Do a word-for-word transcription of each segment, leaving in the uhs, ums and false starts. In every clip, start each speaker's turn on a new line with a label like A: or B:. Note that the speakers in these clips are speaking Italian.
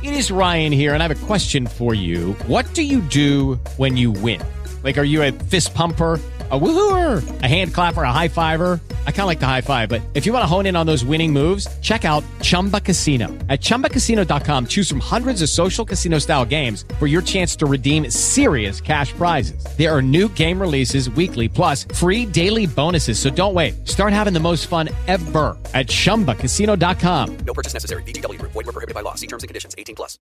A: It is Ryan here, and I have a question for you. What do you do when you win? Like, are you a fist pumper, a woohooer, a hand clapper, a high fiver? I kind of like the high five, but if you want to hone in on those winning moves, check out Chumba Casino. At chumba casino dot com, choose from hundreds of social casino style games for your chance to redeem serious cash prizes. There are new game releases weekly, plus free daily bonuses. So don't wait. Start having the most fun ever at chumba casino dot com.
B: No purchase necessary. V G W Group. Void where prohibited by law. See terms and conditions. eighteen plus.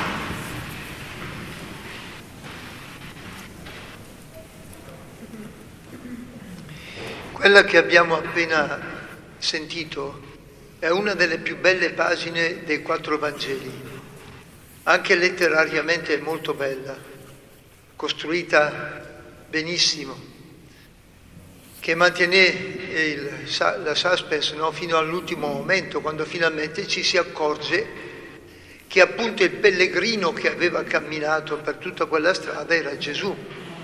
C: Quella che abbiamo appena sentito è una delle più belle pagine dei quattro Vangeli, anche letterariamente è molto bella, costruita benissimo, che mantiene il, la suspense, no, fino all'ultimo momento, quando finalmente ci si accorge che appunto il pellegrino che aveva camminato per tutta quella strada era Gesù.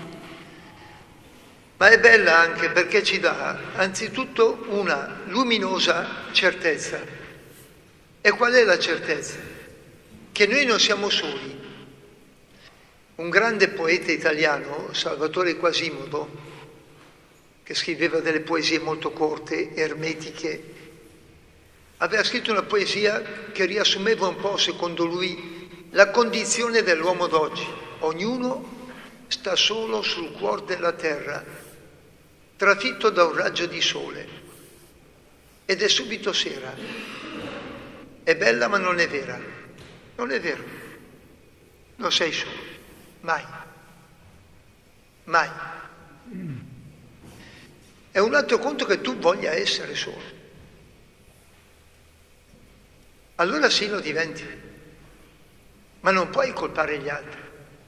C: Ma è bella anche perché ci dà anzitutto una luminosa certezza. E qual è la certezza? Che noi non siamo soli. Un grande poeta italiano, Salvatore Quasimodo, che scriveva delle poesie molto corte, ermetiche, aveva scritto una poesia che riassumeva un po', secondo lui, la condizione dell'uomo d'oggi. Ognuno sta solo sul cuor della terra, trafitto da un raggio di sole, ed è subito sera. È bella ma non è vera. Non è vero. Non sei solo. Mai. Mai. È un altro conto che tu voglia essere solo. Allora sì lo diventi. Ma non puoi colpare gli altri.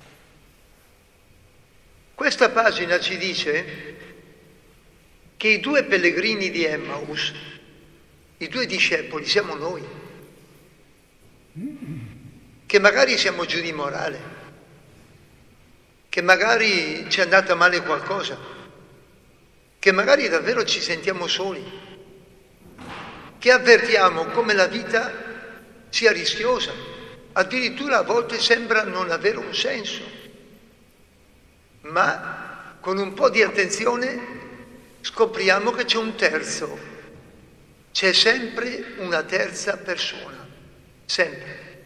C: Questa pagina ci dice che i due pellegrini di Emmaus, i due discepoli, siamo noi, che magari siamo giù di morale, che magari ci è andata male qualcosa, che magari davvero ci sentiamo soli, che avvertiamo come la vita sia rischiosa, addirittura a volte sembra non avere un senso, ma con un po' di attenzione scopriamo che c'è un terzo, c'è sempre una terza persona, sempre.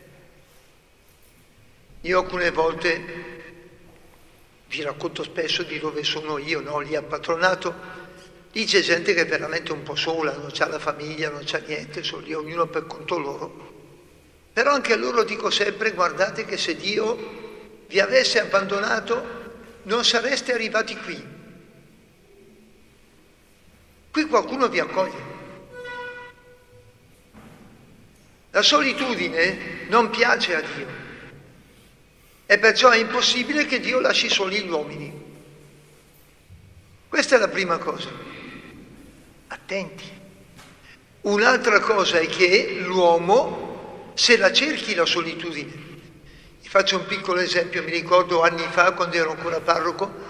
C: Io alcune volte vi racconto spesso di dove sono io, no? Lì a Patronato, lì c'è gente che è veramente un po' sola, non c'ha la famiglia, non c'ha niente, sono lì ognuno per conto loro. Però anche a loro dico sempre, guardate che se Dio vi avesse abbandonato non sareste arrivati qui. Qui qualcuno vi accoglie. La solitudine non piace a Dio e perciò è impossibile che Dio lasci soli gli uomini. Questa è la prima cosa. Attenti. Un'altra cosa è che l'uomo se la cerchi la solitudine. Vi faccio un piccolo esempio, mi ricordo anni fa quando ero ancora parroco,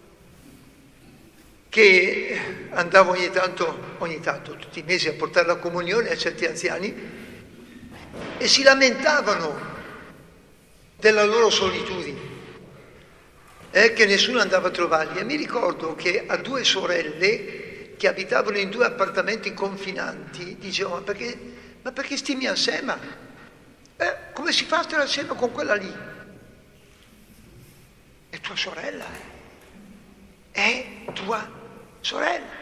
C: che andavo ogni tanto, ogni tanto, tutti i mesi a portare la comunione a certi anziani e si lamentavano della loro solitudine, eh, che nessuno andava a trovarli. E mi ricordo che a due sorelle che abitavano in due appartamenti confinanti dicevano: ma perché, ma perché stimi assieme? Eh, come si fa a stare assieme con quella lì? È tua sorella, è tua sorella.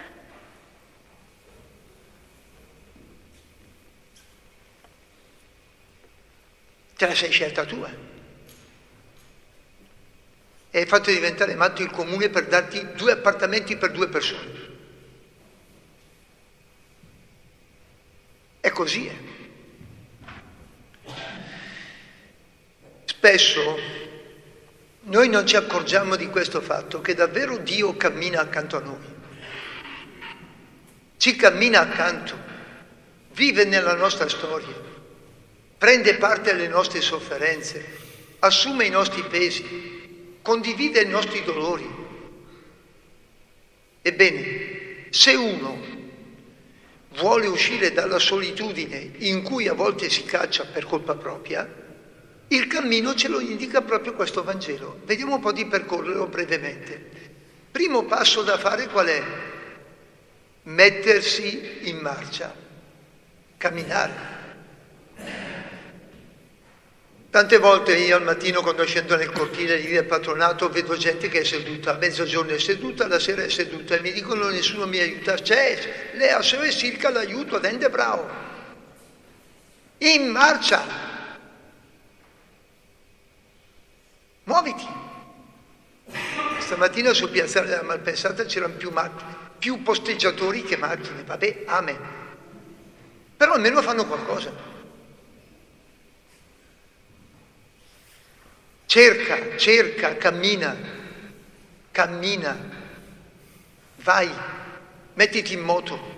C: Te la sei scelta tua. E hai fatto diventare matto il comune per darti due appartamenti per due persone. È così. Eh. Spesso noi non ci accorgiamo di questo fatto, che davvero Dio cammina accanto a noi. Ci cammina accanto, vive nella nostra storia, prende parte alle nostre sofferenze, assume i nostri pesi, condivide i nostri dolori. Ebbene, se uno vuole uscire dalla solitudine in cui a volte si caccia per colpa propria, Il cammino ce lo indica proprio questo Vangelo. Vediamo un po' di percorrerlo brevemente. Primo passo da fare qual è? Mettersi in marcia, camminare. Tante volte io al mattino quando scendo nel cortile lì del patronato vedo gente che è seduta, a mezzogiorno è seduta, alla sera è seduta e mi dicono nessuno mi aiuta. C'è, lei a solo circa l'aiuto, rende bravo. In marcia. Muoviti. Stamattina sul piazzale della Malpensata c'erano più macchine, più posteggiatori che macchine, vabbè, amen. Però almeno fanno qualcosa. Cerca, cerca, cammina, cammina, vai, mettiti in moto,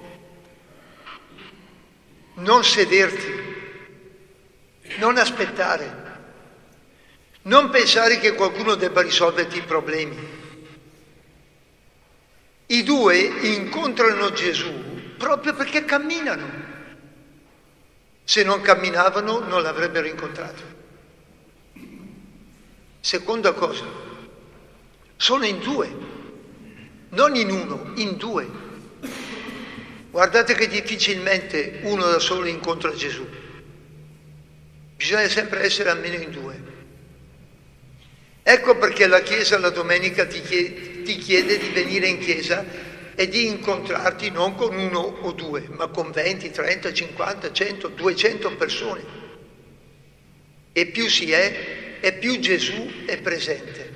C: non sederti, non aspettare, non pensare che qualcuno debba risolverti i problemi. I due incontrano Gesù proprio perché camminano. Se non camminavano non l'avrebbero incontrato. Seconda cosa, sono in due, non in uno, in due. Guardate che difficilmente uno da solo incontra Gesù. Bisogna sempre essere almeno in due. Ecco perché la Chiesa la domenica ti chiede, ti chiede di venire in chiesa e di incontrarti non con uno o due, ma con venti, trenta, cinquanta, cento, duecento persone. E più si è, e più Gesù è presente.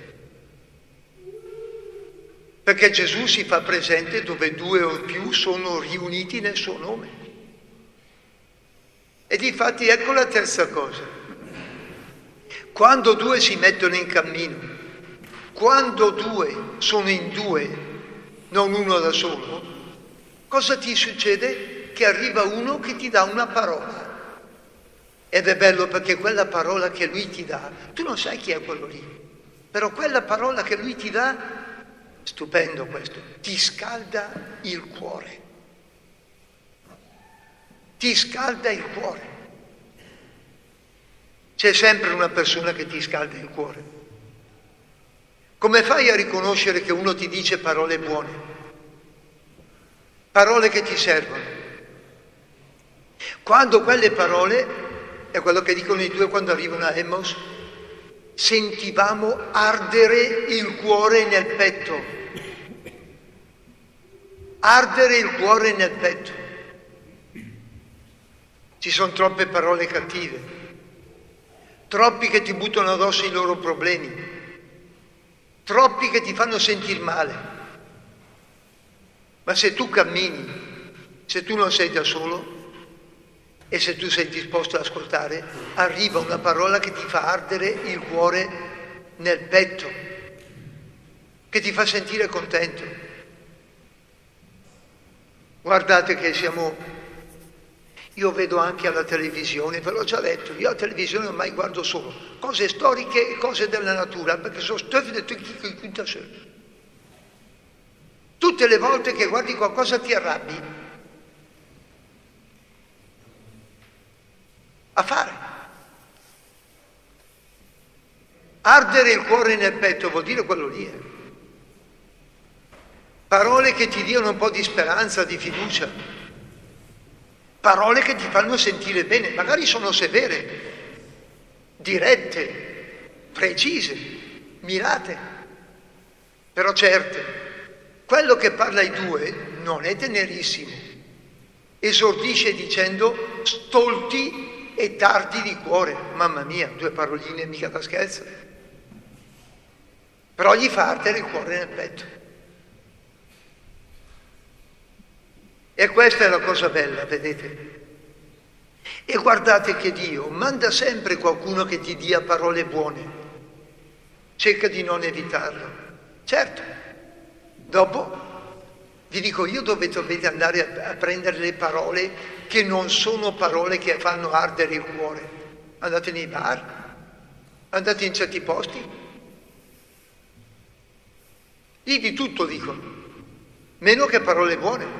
C: Perché Gesù si fa presente dove due o più sono riuniti nel suo nome. E difatti ecco la terza cosa. Quando due si mettono in cammino, quando due sono in due, non uno da solo, cosa ti succede? Che arriva uno che ti dà una parola. Ed è bello perché quella parola che lui ti dà, tu non sai chi è quello lì, però quella parola che lui ti dà, stupendo questo, ti scalda il cuore. Ti scalda il cuore. C'è sempre una persona che ti scalda il cuore. Come fai a riconoscere che uno ti dice parole buone? Parole che ti servono. Quando quelle parole, è quello che dicono i due quando arrivano a Emmaus, sentivamo ardere il cuore nel petto. Ardere il cuore nel petto. Ci sono troppe parole cattive, troppi che ti buttano addosso i loro problemi, troppi che ti fanno sentire male. Ma se tu cammini, se tu non sei da solo, e se tu sei disposto ad ascoltare, arriva una parola che ti fa ardere il cuore nel petto, che ti fa sentire contento. Guardate che siamo... Io vedo anche alla televisione, ve l'ho già detto, io alla televisione ormai guardo solo cose storiche e cose della natura, perché sono stufide tutte. Tutte le volte che guardi qualcosa ti arrabbi. A fare. Ardere il cuore nel petto vuol dire quello lì. Eh. Parole che ti diano un po' di speranza, di fiducia. Parole che ti fanno sentire bene, magari sono severe, dirette, precise, mirate, però certe. Quello che parla ai due non è tenerissimo. Esordisce dicendo stolti e tardi di cuore. Mamma mia, due paroline mica da scherzo. Però gli fa ardere il cuore nel petto. E questa è la cosa bella, vedete? E guardate che Dio manda sempre qualcuno che ti dia parole buone. Cerca di non evitarlo. Certo, dopo vi dico io dove dovete andare a, a prendere le parole che non sono parole che fanno ardere il cuore. Andate nei bar, andate in certi posti. Lì di tutto dicono, meno che parole buone.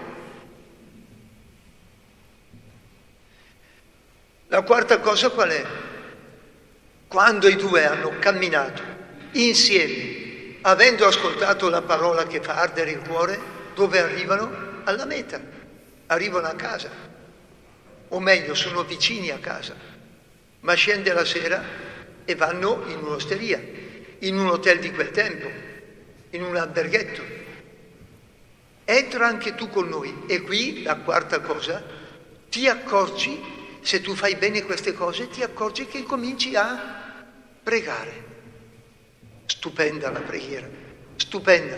C: La quarta cosa qual è? quando i due hanno camminato insieme, avendo ascoltato la parola che fa ardere il cuore, dove arrivano? Alla meta, arrivano a casa, o meglio sono vicini a casa, ma scende la sera e vanno in un'osteria, in un hotel di quel tempo, in un alberghetto. Entra anche tu con noi. E qui la quarta cosa, ti accorgi, se tu fai bene queste cose, ti accorgi che cominci a pregare. Stupenda la preghiera, stupenda.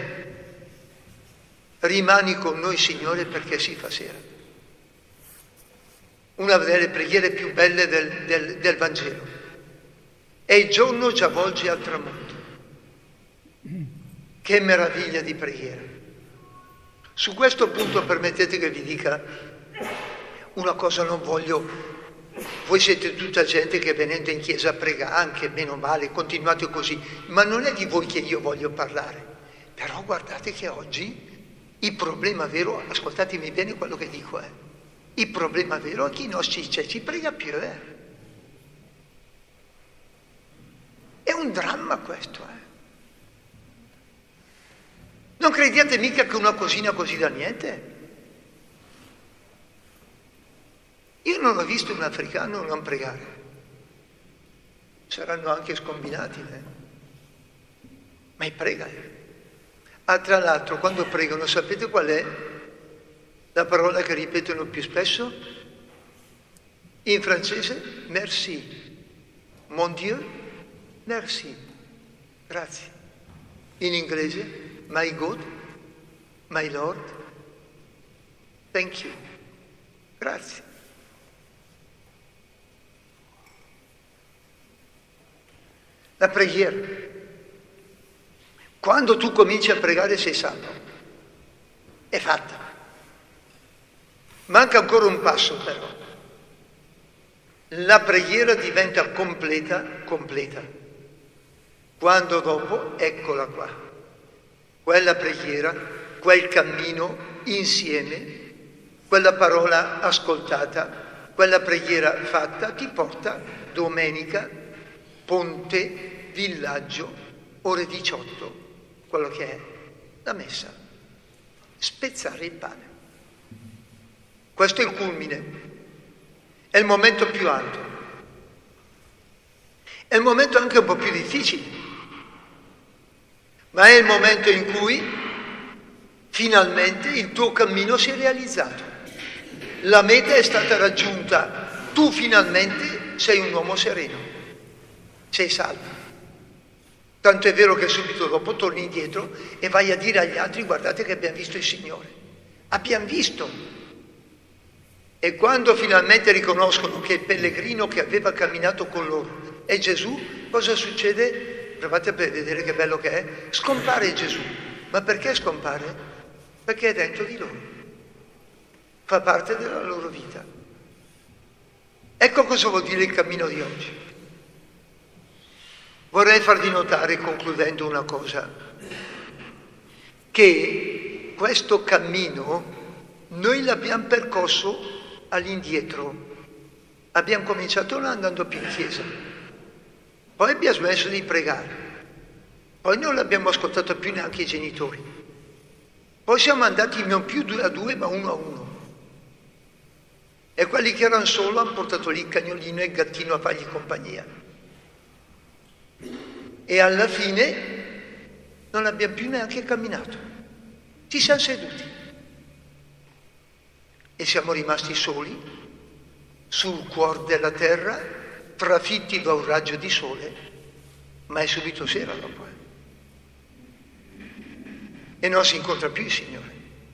C: Rimani con noi, Signore, perché si fa sera. Una delle preghiere più belle del, del, del Vangelo. E il giorno già volge al tramonto. Che meraviglia di preghiera. Su questo punto permettete che vi dica una cosa, non voglio, voi siete tutta gente che venendo in chiesa prega anche, meno male, continuate così, ma non è di voi che io voglio parlare. Però guardate che oggi il problema vero, ascoltatemi bene quello che dico, eh, il problema vero è che i nostri ceci prega più, eh. È un dramma questo, eh. Non crediate mica che una cosina così da niente? Io non ho visto un africano non pregare. Saranno anche scombinati, eh? Ma i prega. Ah, tra l'altro, quando pregano, sapete qual è la parola che ripetono più spesso? In francese, merci. Mon Dieu, merci. Grazie. In inglese, my God, my Lord, thank you. Grazie. La preghiera. Quando tu cominci a pregare sei salvo. È fatta. Manca ancora un passo però. La preghiera diventa completa, completa. Quando dopo, eccola qua. Quella preghiera, quel cammino insieme, quella parola ascoltata, quella preghiera fatta ti porta domenica, ponte, villaggio, ore diciotto, quello che è la messa, spezzare il pane. Questo è il culmine, è il momento più alto, è il momento anche un po' più difficile. Ma è il momento in cui finalmente il tuo cammino si è realizzato. La meta è stata raggiunta. Tu finalmente sei un uomo sereno. Sei salvo. Tanto è vero che subito dopo torni indietro e vai a dire agli altri: guardate che abbiamo visto il Signore. Abbiamo visto. E quando finalmente riconoscono che il pellegrino che aveva camminato con loro è Gesù, cosa succede? Provate a vedere che bello che è. Scompare Gesù. Ma perché scompare? Perché è dentro di loro. Fa parte della loro vita. Ecco cosa vuol dire il cammino di oggi. Vorrei farvi notare, concludendo, una cosa. Che questo cammino noi l'abbiamo percorso all'indietro. Abbiamo cominciato non andando più in chiesa. Poi abbiamo smesso di pregare, poi non l'abbiamo ascoltato più neanche i genitori, poi siamo andati non più due a due ma uno a uno, e quelli che erano solo hanno portato lì il cagnolino e il gattino a fargli compagnia, e alla fine non abbiamo più neanche camminato, ci siamo seduti e siamo rimasti soli sul cuore della terra, trafitti da un raggio di sole, ma è subito sera dopo. Eh? E non si incontra più il Signore.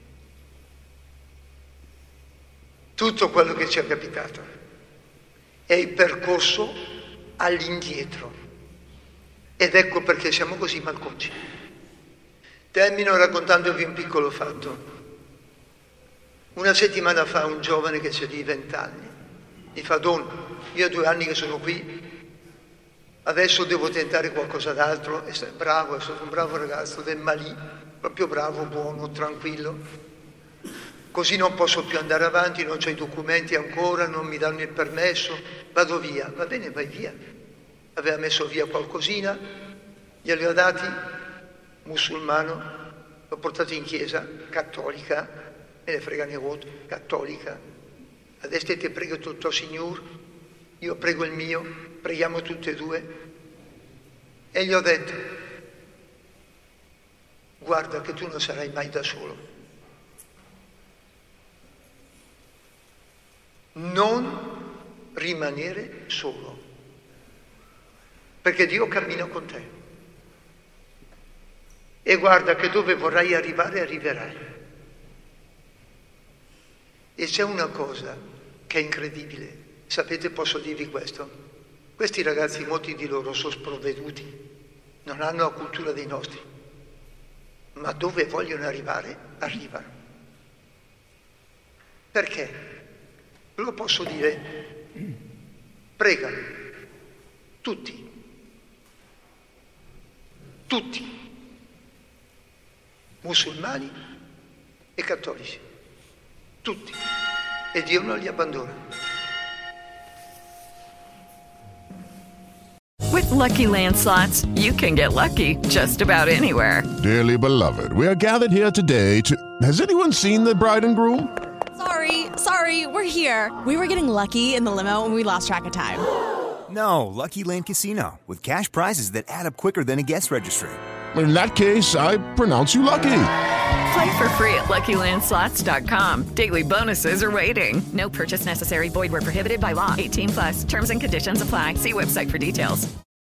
C: Tutto quello che ci è capitato è il percorso all'indietro. Ed ecco perché siamo così malconci. Termino raccontandovi un piccolo fatto. Una settimana fa un giovane che c'è di vent'anni mi fa: Don, io ho due anni che sono qui, adesso devo tentare qualcosa d'altro. E bravo, è stato un bravo ragazzo del Mali, proprio bravo, buono, tranquillo. Così non posso più andare avanti, non ho i documenti ancora, non mi danno il permesso, vado via. Va bene, vai via. aveva messo via qualcosina, glieli ho dati, musulmano, l'ho portato in chiesa, cattolica, me ne frega niente, cattolica. Adesso ti prego tutto, Signore, io prego il mio, preghiamo tutti e due. E gli ho detto, guarda che tu non sarai mai da solo. Non rimanere solo, perché Dio cammina con te. E guarda che dove vorrai arrivare, arriverai. E c'è una cosa che è incredibile, sapete, posso dirvi questo? Questi ragazzi, molti di loro sono sprovveduti, non hanno la cultura dei nostri, ma dove vogliono arrivare, arrivano. Perché? Lo posso dire, pregano, tutti, tutti, musulmani e cattolici, tutti, e Dio non li abbandona.
D: With Lucky Land Slots, you can get lucky just about anywhere.
E: Dearly beloved, we are gathered here today to... Has anyone seen the bride and groom?
F: Sorry, sorry, we're here. We were getting lucky in the limo and we lost track of time.
G: No, Lucky Land Casino, with cash prizes that add up quicker than a guest registry.
E: In that case, I pronounce you lucky.
D: Play for free at Lucky Land Slots dot com. Daily bonuses are waiting. No purchase necessary. Void where prohibited by law. eighteen plus. Terms and conditions apply. See website for details.